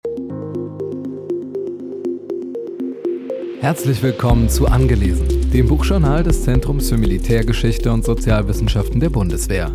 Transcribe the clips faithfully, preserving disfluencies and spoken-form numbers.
Herzlich willkommen zu Angelesen, dem Buchjournal des Zentrums für Militärgeschichte und Sozialwissenschaften der Bundeswehr.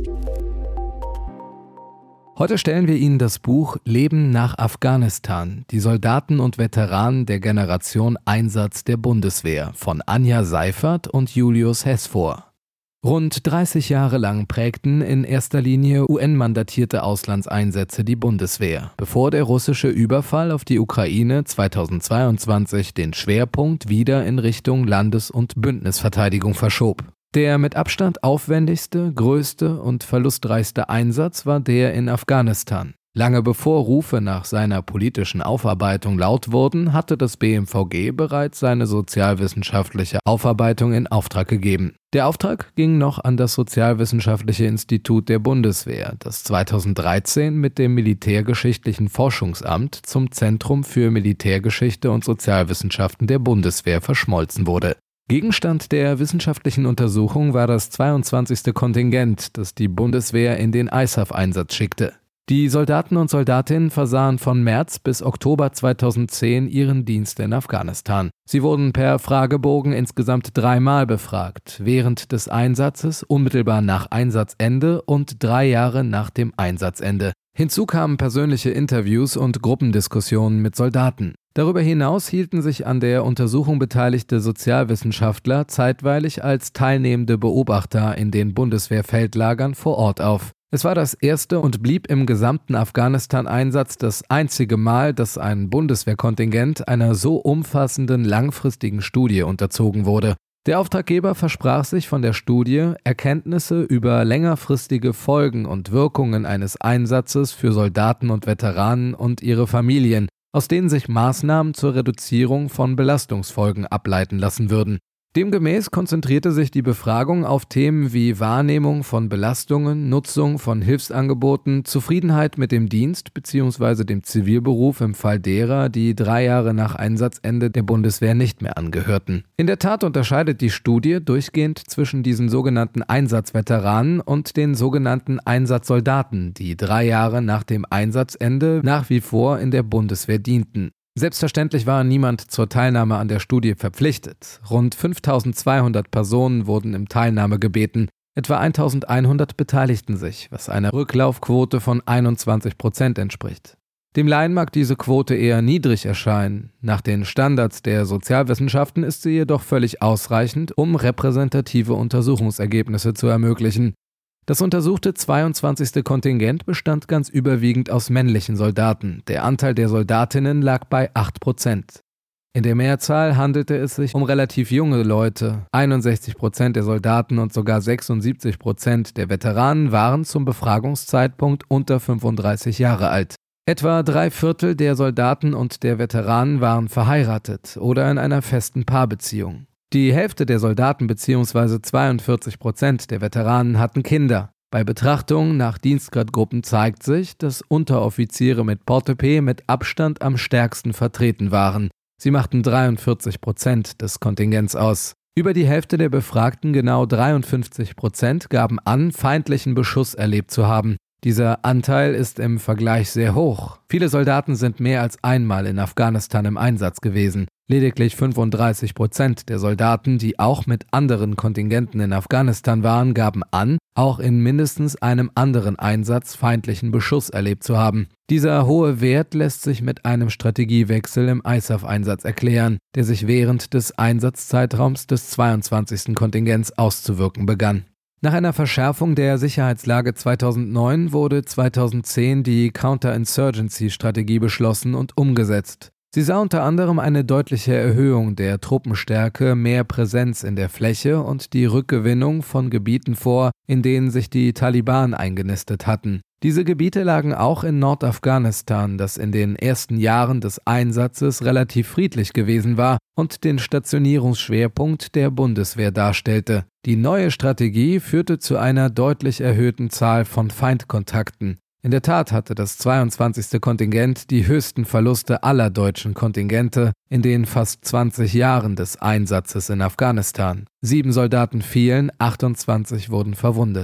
Heute stellen wir Ihnen das Buch Leben nach Afghanistan, die Soldaten und Veteranen der Generation Einsatz der Bundeswehr von Anja Seifert und Julius Hess vor. Rund dreißig Jahre lang prägten in erster Linie U N-mandatierte Auslandseinsätze die Bundeswehr, bevor der russische Überfall auf die Ukraine zweitausendzweiundzwanzig den Schwerpunkt wieder in Richtung Landes- und Bündnisverteidigung verschob. Der mit Abstand aufwendigste, größte und verlustreichste Einsatz war der in Afghanistan. Lange bevor Rufe nach seiner politischen Aufarbeitung laut wurden, hatte das B M V G bereits seine sozialwissenschaftliche Aufarbeitung in Auftrag gegeben. Der Auftrag ging noch an das Sozialwissenschaftliche Institut der Bundeswehr, das zweitausenddreizehn mit dem Militärgeschichtlichen Forschungsamt zum Zentrum für Militärgeschichte und Sozialwissenschaften der Bundeswehr verschmolzen wurde. Gegenstand der wissenschaftlichen Untersuchung war das zweiundzwanzigste Kontingent, das die Bundeswehr in den I S A F-Einsatz schickte. Die Soldaten und Soldatinnen versahen von März bis Oktober zweitausendzehn ihren Dienst in Afghanistan. Sie wurden per Fragebogen insgesamt dreimal befragt, während des Einsatzes, unmittelbar nach Einsatzende und drei Jahre nach dem Einsatzende. Hinzu kamen persönliche Interviews und Gruppendiskussionen mit Soldaten. Darüber hinaus hielten sich an der Untersuchung beteiligte Sozialwissenschaftler zeitweilig als teilnehmende Beobachter in den Bundeswehrfeldlagern vor Ort auf. Es war das erste und blieb im gesamten Afghanistan-Einsatz das einzige Mal, dass ein Bundeswehrkontingent einer so umfassenden langfristigen Studie unterzogen wurde. Der Auftraggeber versprach sich von der Studie, Erkenntnisse über längerfristige Folgen und Wirkungen eines Einsatzes für Soldaten und Veteranen und ihre Familien, aus denen sich Maßnahmen zur Reduzierung von Belastungsfolgen ableiten lassen würden. Demgemäß konzentrierte sich die Befragung auf Themen wie Wahrnehmung von Belastungen, Nutzung von Hilfsangeboten, Zufriedenheit mit dem Dienst bzw. dem Zivilberuf im Fall derer, die drei Jahre nach Einsatzende der Bundeswehr nicht mehr angehörten. In der Tat unterscheidet die Studie durchgehend zwischen diesen sogenannten Einsatzveteranen und den sogenannten Einsatzsoldaten, die drei Jahre nach dem Einsatzende nach wie vor in der Bundeswehr dienten. Selbstverständlich war niemand zur Teilnahme an der Studie verpflichtet. Rund fünftausendzweihundert Personen wurden um Teilnahme gebeten. Etwa eintausendeinhundert beteiligten sich, was einer Rücklaufquote von einundzwanzig Prozent entspricht. Dem Laien mag diese Quote eher niedrig erscheinen. Nach den Standards der Sozialwissenschaften ist sie jedoch völlig ausreichend, um repräsentative Untersuchungsergebnisse zu ermöglichen. Das untersuchte zweiundzwanzigste Kontingent bestand ganz überwiegend aus männlichen Soldaten. Der Anteil der Soldatinnen lag bei acht Prozent. In der Mehrzahl handelte es sich um relativ junge Leute. einundsechzig Prozent der Soldaten und sogar sechsundsiebzig Prozent der Veteranen waren zum Befragungszeitpunkt unter fünfunddreißig Jahre alt. Etwa drei Viertel der Soldaten und der Veteranen waren verheiratet oder in einer festen Paarbeziehung. Die Hälfte der Soldaten bzw. zweiundvierzig Prozent der Veteranen hatten Kinder. Bei Betrachtung nach Dienstgradgruppen zeigt sich, dass Unteroffiziere mit Portepee mit Abstand am stärksten vertreten waren. Sie machten dreiundvierzig Prozent des Kontingents aus. Über die Hälfte der Befragten, genau dreiundfünfzig Prozent, gaben an, feindlichen Beschuss erlebt zu haben. Dieser Anteil ist im Vergleich sehr hoch. Viele Soldaten sind mehr als einmal in Afghanistan im Einsatz gewesen. Lediglich fünfunddreißig Prozent der Soldaten, die auch mit anderen Kontingenten in Afghanistan waren, gaben an, auch in mindestens einem anderen Einsatz feindlichen Beschuss erlebt zu haben. Dieser hohe Wert lässt sich mit einem Strategiewechsel im I S A F-Einsatz erklären, der sich während des Einsatzzeitraums des zweiundzwanzigsten Kontingents auszuwirken begann. Nach einer Verschärfung der Sicherheitslage zweitausendneun wurde zweitausendzehn die Counterinsurgency-Strategie beschlossen und umgesetzt. Sie sah unter anderem eine deutliche Erhöhung der Truppenstärke, mehr Präsenz in der Fläche und die Rückgewinnung von Gebieten vor, in denen sich die Taliban eingenistet hatten. Diese Gebiete lagen auch in Nordafghanistan, das in den ersten Jahren des Einsatzes relativ friedlich gewesen war und den Stationierungsschwerpunkt der Bundeswehr darstellte. Die neue Strategie führte zu einer deutlich erhöhten Zahl von Feindkontakten. In der Tat hatte das zweiundzwanzigste Kontingent die höchsten Verluste aller deutschen Kontingente in den fast zwanzig Jahren des Einsatzes in Afghanistan. Sieben Soldaten fielen, achtundzwanzig wurden verwundet.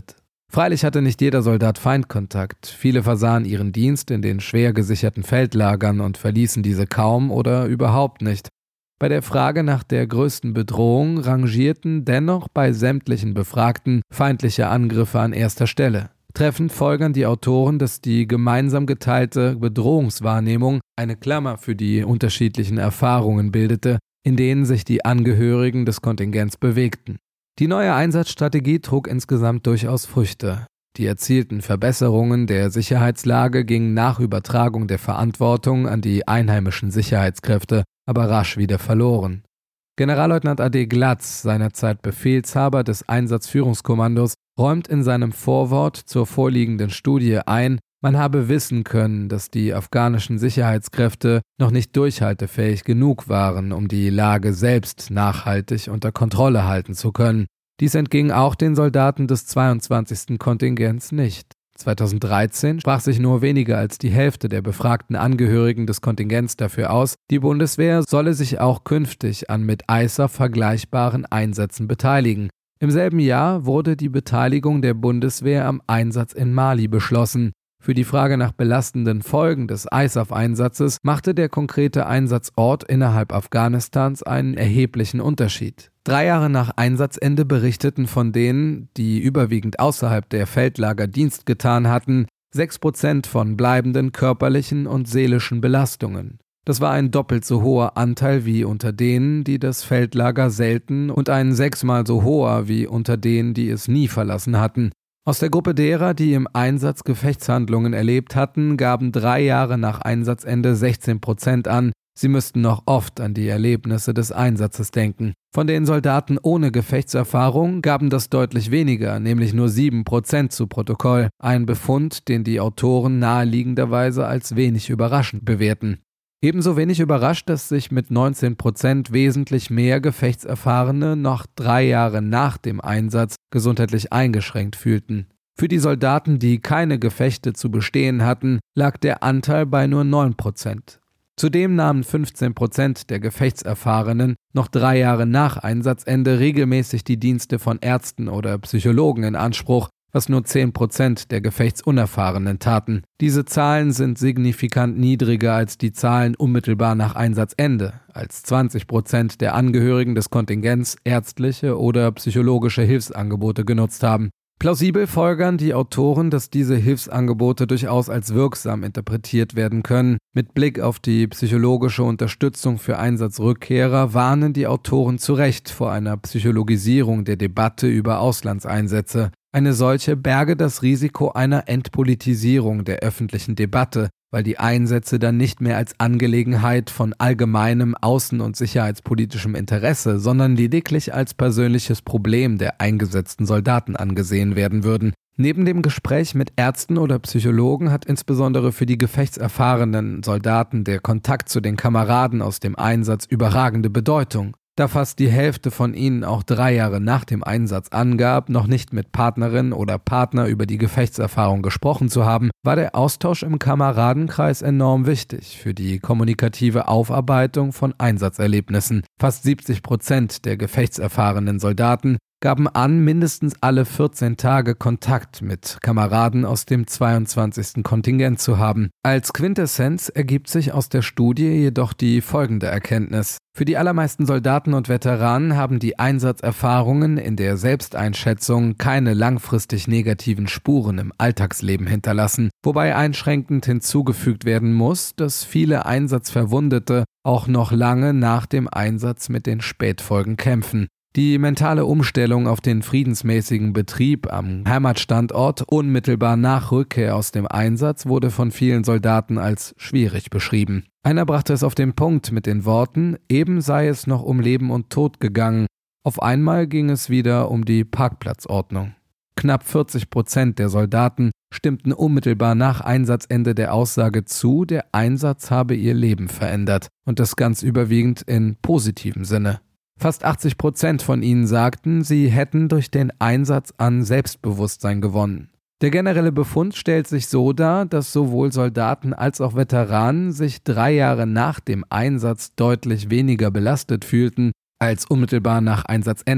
Freilich hatte nicht jeder Soldat Feindkontakt. Viele versahen ihren Dienst in den schwer gesicherten Feldlagern und verließen diese kaum oder überhaupt nicht. Bei der Frage nach der größten Bedrohung rangierten dennoch bei sämtlichen Befragten feindliche Angriffe an erster Stelle. Treffend folgern die Autoren, dass die gemeinsam geteilte Bedrohungswahrnehmung eine Klammer für die unterschiedlichen Erfahrungen bildete, in denen sich die Angehörigen des Kontingents bewegten. Die neue Einsatzstrategie trug insgesamt durchaus Früchte. Die erzielten Verbesserungen der Sicherheitslage gingen nach Übertragung der Verantwortung an die einheimischen Sicherheitskräfte aber rasch wieder verloren. Generalleutnant A D Glatz, seinerzeit Befehlshaber des Einsatzführungskommandos, räumt in seinem Vorwort zur vorliegenden Studie ein, man habe wissen können, dass die afghanischen Sicherheitskräfte noch nicht durchhaltefähig genug waren, um die Lage selbst nachhaltig unter Kontrolle halten zu können. Dies entging auch den Soldaten des zweiundzwanzigsten Kontingents nicht. zweitausenddreizehn sprach sich nur weniger als die Hälfte der befragten Angehörigen des Kontingents dafür aus, die Bundeswehr solle sich auch künftig an mit I S A F vergleichbaren Einsätzen beteiligen. Im selben Jahr wurde die Beteiligung der Bundeswehr am Einsatz in Mali beschlossen. Für die Frage nach belastenden Folgen des I S A F-Einsatzes machte der konkrete Einsatzort innerhalb Afghanistans einen erheblichen Unterschied. Drei Jahre nach Einsatzende berichteten von denen, die überwiegend außerhalb der Feldlager Dienst getan hatten, sechs Prozent von bleibenden körperlichen und seelischen Belastungen. Das war ein doppelt so hoher Anteil wie unter denen, die das Feldlager selten und ein sechsmal so hoher wie unter denen, die es nie verlassen hatten. Aus der Gruppe derer, die im Einsatz Gefechtshandlungen erlebt hatten, gaben drei Jahre nach Einsatzende sechzehn Prozent an, sie müssten noch oft an die Erlebnisse des Einsatzes denken. Von den Soldaten ohne Gefechtserfahrung gaben das deutlich weniger, nämlich nur sieben Prozent zu Protokoll, ein Befund, den die Autoren naheliegenderweise als wenig überraschend bewerten. Ebenso wenig überrascht, dass sich mit neunzehn Prozent wesentlich mehr Gefechtserfahrene noch drei Jahre nach dem Einsatz gesundheitlich eingeschränkt fühlten. Für die Soldaten, die keine Gefechte zu bestehen hatten, lag der Anteil bei nur neun Prozent. Zudem nahmen fünfzehn Prozent der Gefechtserfahrenen noch drei Jahre nach Einsatzende regelmäßig die Dienste von Ärzten oder Psychologen in Anspruch, was nur zehn Prozent der Gefechtsunerfahrenen taten. Diese Zahlen sind signifikant niedriger als die Zahlen unmittelbar nach Einsatzende, als zwanzig Prozent der Angehörigen des Kontingents ärztliche oder psychologische Hilfsangebote genutzt haben. Plausibel folgern die Autoren, dass diese Hilfsangebote durchaus als wirksam interpretiert werden können. Mit Blick auf die psychologische Unterstützung für Einsatzrückkehrer warnen die Autoren zu Recht vor einer Psychologisierung der Debatte über Auslandseinsätze. Eine solche berge das Risiko einer Entpolitisierung der öffentlichen Debatte, weil die Einsätze dann nicht mehr als Angelegenheit von allgemeinem außen- und sicherheitspolitischem Interesse, sondern lediglich als persönliches Problem der eingesetzten Soldaten angesehen werden würden. Neben dem Gespräch mit Ärzten oder Psychologen hat insbesondere für die gefechtserfahrenen Soldaten der Kontakt zu den Kameraden aus dem Einsatz überragende Bedeutung. Da fast die Hälfte von ihnen auch drei Jahre nach dem Einsatz angab, noch nicht mit Partnerin oder Partner über die Gefechtserfahrung gesprochen zu haben, war der Austausch im Kameradenkreis enorm wichtig für die kommunikative Aufarbeitung von Einsatzerlebnissen. Fast siebzig Prozent der gefechtserfahrenen Soldaten gaben an, mindestens alle vierzehn Tage Kontakt mit Kameraden aus dem zweiundzwanzigsten Kontingent zu haben. Als Quintessenz ergibt sich aus der Studie jedoch die folgende Erkenntnis. Für die allermeisten Soldaten und Veteranen haben die Einsatzerfahrungen in der Selbsteinschätzung keine langfristig negativen Spuren im Alltagsleben hinterlassen, wobei einschränkend hinzugefügt werden muss, dass viele Einsatzverwundete auch noch lange nach dem Einsatz mit den Spätfolgen kämpfen. Die mentale Umstellung auf den friedensmäßigen Betrieb am Heimatstandort unmittelbar nach Rückkehr aus dem Einsatz wurde von vielen Soldaten als schwierig beschrieben. Einer brachte es auf den Punkt mit den Worten, eben sei es noch um Leben und Tod gegangen. Auf einmal ging es wieder um die Parkplatzordnung. Knapp vierzig Prozent der Soldaten stimmten unmittelbar nach Einsatzende der Aussage zu, der Einsatz habe ihr Leben verändert und das ganz überwiegend in positivem Sinne. Fast achtzig Prozent von ihnen sagten, sie hätten durch den Einsatz an Selbstbewusstsein gewonnen. Der generelle Befund stellt sich so dar, dass sowohl Soldaten als auch Veteranen sich drei Jahre nach dem Einsatz deutlich weniger belastet fühlten als unmittelbar nach Einsatzende.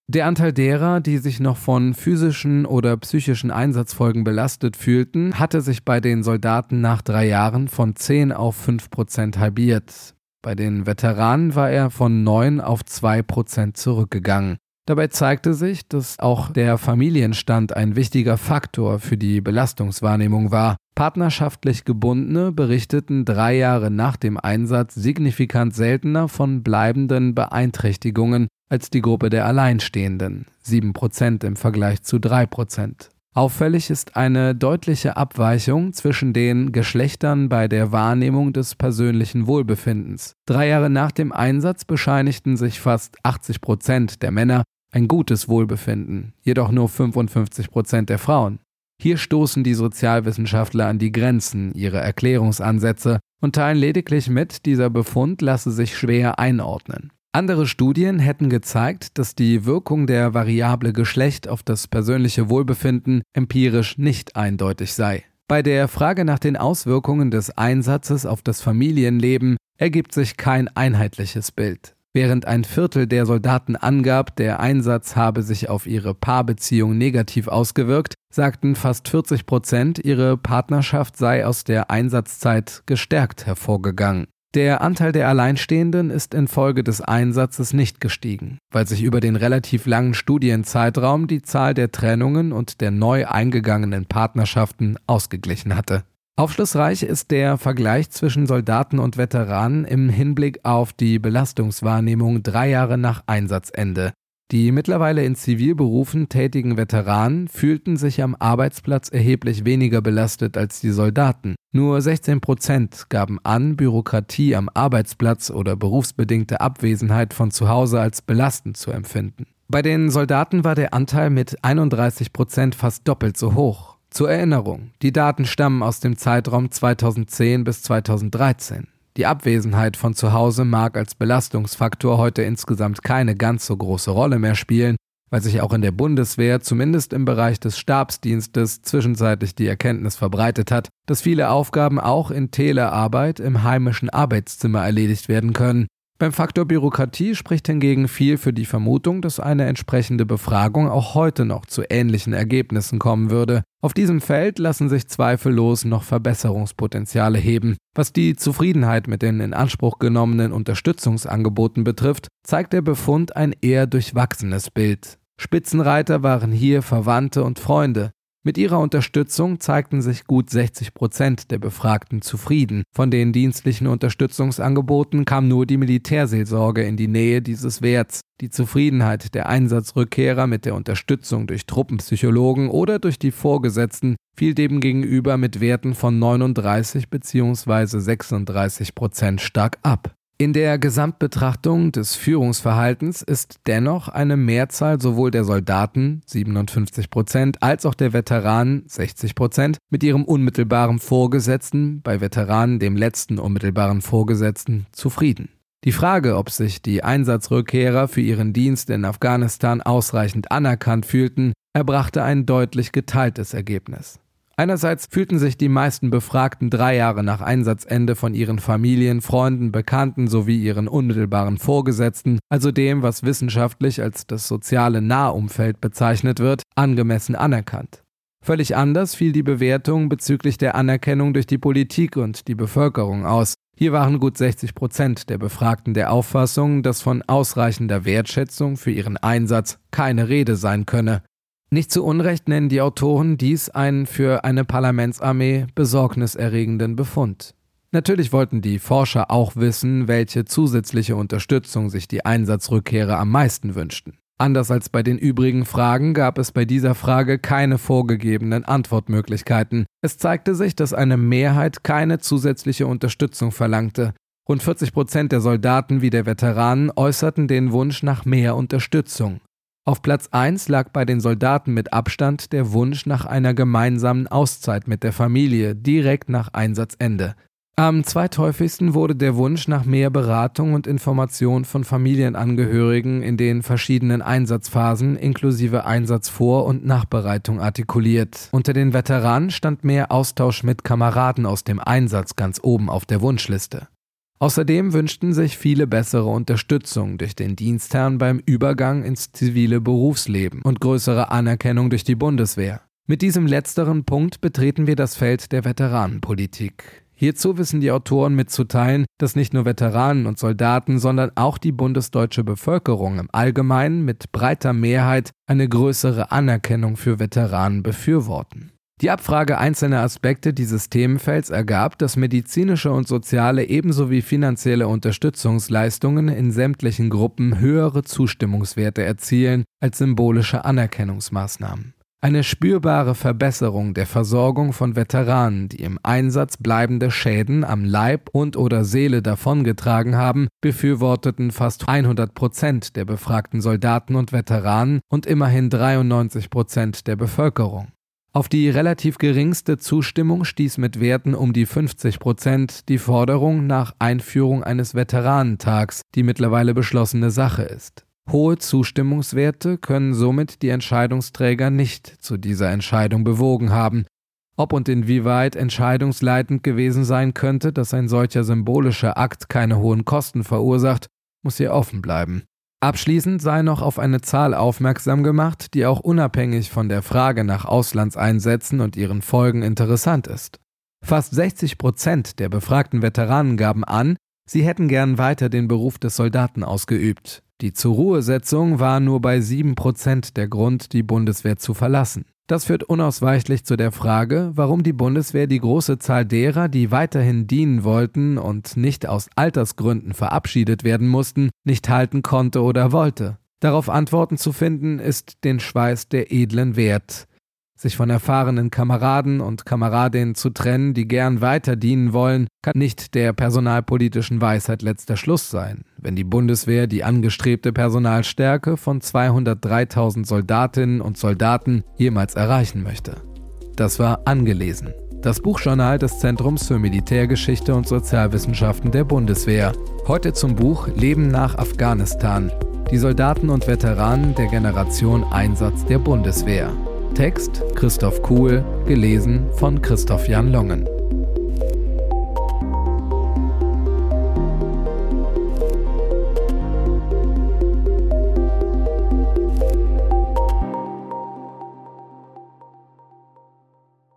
Der Anteil derer, die sich noch von physischen oder psychischen Einsatzfolgen belastet fühlten, hatte sich bei den Soldaten nach drei Jahren von zehn auf fünf Prozent halbiert. Bei den Veteranen war er von neun auf zwei Prozent zurückgegangen. Dabei zeigte sich, dass auch der Familienstand ein wichtiger Faktor für die Belastungswahrnehmung war. Partnerschaftlich Gebundene berichteten drei Jahre nach dem Einsatz signifikant seltener von bleibenden Beeinträchtigungen als die Gruppe der Alleinstehenden, sieben Prozent im Vergleich zu drei Prozent. Auffällig ist eine deutliche Abweichung zwischen den Geschlechtern bei der Wahrnehmung des persönlichen Wohlbefindens. Drei Jahre nach dem Einsatz bescheinigten sich fast achtzig Prozent der Männer ein gutes Wohlbefinden, jedoch nur fünfundfünfzig Prozent der Frauen. Hier stoßen die Sozialwissenschaftler an die Grenzen ihrer Erklärungsansätze und teilen lediglich mit, dieser Befund lasse sich schwer einordnen. Andere Studien hätten gezeigt, dass die Wirkung der Variable Geschlecht auf das persönliche Wohlbefinden empirisch nicht eindeutig sei. Bei der Frage nach den Auswirkungen des Einsatzes auf das Familienleben ergibt sich kein einheitliches Bild. Während ein Viertel der Soldaten angab, der Einsatz habe sich auf ihre Paarbeziehung negativ ausgewirkt, sagten fast vierzig Prozent, ihre Partnerschaft sei aus der Einsatzzeit gestärkt hervorgegangen. Der Anteil der Alleinstehenden ist infolge des Einsatzes nicht gestiegen, weil sich über den relativ langen Studienzeitraum die Zahl der Trennungen und der neu eingegangenen Partnerschaften ausgeglichen hatte. Aufschlussreich ist der Vergleich zwischen Soldaten und Veteranen im Hinblick auf die Belastungswahrnehmung drei Jahre nach Einsatzende. Die mittlerweile in Zivilberufen tätigen Veteranen fühlten sich am Arbeitsplatz erheblich weniger belastet als die Soldaten. Nur sechzehn Prozent gaben an, Bürokratie am Arbeitsplatz oder berufsbedingte Abwesenheit von zu Hause als belastend zu empfinden. Bei den Soldaten war der Anteil mit einunddreißig Prozent fast doppelt so hoch. Zur Erinnerung, die Daten stammen aus dem Zeitraum zweitausendzehn bis zweitausenddreizehn. Die Abwesenheit von zu Hause mag als Belastungsfaktor heute insgesamt keine ganz so große Rolle mehr spielen, weil sich auch in der Bundeswehr, zumindest im Bereich des Stabsdienstes, zwischenzeitlich die Erkenntnis verbreitet hat, dass viele Aufgaben auch in Telearbeit im heimischen Arbeitszimmer erledigt werden können. Beim Faktor Bürokratie spricht hingegen viel für die Vermutung, dass eine entsprechende Befragung auch heute noch zu ähnlichen Ergebnissen kommen würde. Auf diesem Feld lassen sich zweifellos noch Verbesserungspotenziale heben. Was die Zufriedenheit mit den in Anspruch genommenen Unterstützungsangeboten betrifft, zeigt der Befund ein eher durchwachsenes Bild. Spitzenreiter waren hier Verwandte und Freunde. Mit ihrer Unterstützung zeigten sich gut sechzig Prozent der Befragten zufrieden. Von den dienstlichen Unterstützungsangeboten kam nur die Militärseelsorge in die Nähe dieses Werts. Die Zufriedenheit der Einsatzrückkehrer mit der Unterstützung durch Truppenpsychologen oder durch die Vorgesetzten fiel demgegenüber mit Werten von neununddreißig bzw. sechsunddreißig Prozent stark ab. In der Gesamtbetrachtung des Führungsverhaltens ist dennoch eine Mehrzahl sowohl der Soldaten, siebenundfünfzig Prozent, als auch der Veteranen, sechzig Prozent, mit ihrem unmittelbaren Vorgesetzten, bei Veteranen dem letzten unmittelbaren Vorgesetzten, zufrieden. Die Frage, ob sich die Einsatzrückkehrer für ihren Dienst in Afghanistan ausreichend anerkannt fühlten, erbrachte ein deutlich geteiltes Ergebnis. Einerseits fühlten sich die meisten Befragten drei Jahre nach Einsatzende von ihren Familien, Freunden, Bekannten sowie ihren unmittelbaren Vorgesetzten, also dem, was wissenschaftlich als das soziale Nahumfeld bezeichnet wird, angemessen anerkannt. Völlig anders fiel die Bewertung bezüglich der Anerkennung durch die Politik und die Bevölkerung aus. Hier waren gut sechzig Prozent der Befragten der Auffassung, dass von ausreichender Wertschätzung für ihren Einsatz keine Rede sein könne. Nicht zu Unrecht nennen die Autoren dies einen für eine Parlamentsarmee besorgniserregenden Befund. Natürlich wollten die Forscher auch wissen, welche zusätzliche Unterstützung sich die Einsatzrückkehrer am meisten wünschten. Anders als bei den übrigen Fragen gab es bei dieser Frage keine vorgegebenen Antwortmöglichkeiten. Es zeigte sich, dass eine Mehrheit keine zusätzliche Unterstützung verlangte. Rund vierzig Prozent der Soldaten wie der Veteranen äußerten den Wunsch nach mehr Unterstützung. Auf Platz eins lag bei den Soldaten mit Abstand der Wunsch nach einer gemeinsamen Auszeit mit der Familie direkt nach Einsatzende. Am zweithäufigsten wurde der Wunsch nach mehr Beratung und Information von Familienangehörigen in den verschiedenen Einsatzphasen inklusive Einsatzvor- und Nachbereitung artikuliert. Unter den Veteranen stand mehr Austausch mit Kameraden aus dem Einsatz ganz oben auf der Wunschliste. Außerdem wünschten sich viele bessere Unterstützung durch den Dienstherrn beim Übergang ins zivile Berufsleben und größere Anerkennung durch die Bundeswehr. Mit diesem letzteren Punkt betreten wir das Feld der Veteranenpolitik. Hierzu wissen die Autoren mitzuteilen, dass nicht nur Veteranen und Soldaten, sondern auch die bundesdeutsche Bevölkerung im Allgemeinen mit breiter Mehrheit eine größere Anerkennung für Veteranen befürworten. Die Abfrage einzelner Aspekte dieses Themenfelds ergab, dass medizinische und soziale ebenso wie finanzielle Unterstützungsleistungen in sämtlichen Gruppen höhere Zustimmungswerte erzielen als symbolische Anerkennungsmaßnahmen. Eine spürbare Verbesserung der Versorgung von Veteranen, die im Einsatz bleibende Schäden am Leib und/oder Seele davongetragen haben, befürworteten fast hundert Prozent der befragten Soldaten und Veteranen und immerhin dreiundneunzig Prozent der Bevölkerung. Auf die relativ geringste Zustimmung stieß mit Werten um die fünfzig Prozent die Forderung nach Einführung eines Veteranentags, die mittlerweile beschlossene Sache ist. Hohe Zustimmungswerte können somit die Entscheidungsträger nicht zu dieser Entscheidung bewogen haben. Ob und inwieweit entscheidungsleitend gewesen sein könnte, dass ein solcher symbolischer Akt keine hohen Kosten verursacht, muss hier offen bleiben. Abschließend sei noch auf eine Zahl aufmerksam gemacht, die auch unabhängig von der Frage nach Auslandseinsätzen und ihren Folgen interessant ist. Fast sechzig Prozent der befragten Veteranen gaben an, sie hätten gern weiter den Beruf des Soldaten ausgeübt. Die Zur-Ruhe-Setzung war nur bei sieben Prozent der Grund, die Bundeswehr zu verlassen. Das führt unausweichlich zu der Frage, warum die Bundeswehr die große Zahl derer, die weiterhin dienen wollten und nicht aus Altersgründen verabschiedet werden mussten, nicht halten konnte oder wollte. Darauf Antworten zu finden, ist den Schweiß der Edlen wert. Sich von erfahrenen Kameraden und Kameradinnen zu trennen, die gern weiter dienen wollen, kann nicht der personalpolitischen Weisheit letzter Schluss sein, wenn die Bundeswehr die angestrebte Personalstärke von zweihundertdreitausend Soldatinnen und Soldaten jemals erreichen möchte. Das war Angelesen, das Buchjournal des Zentrums für Militärgeschichte und Sozialwissenschaften der Bundeswehr. Heute zum Buch Leben nach Afghanistan. Die Soldaten und Veteranen der Generation Einsatz der Bundeswehr. Text Christoph Kuhl, gelesen von Christoph Jan Longen.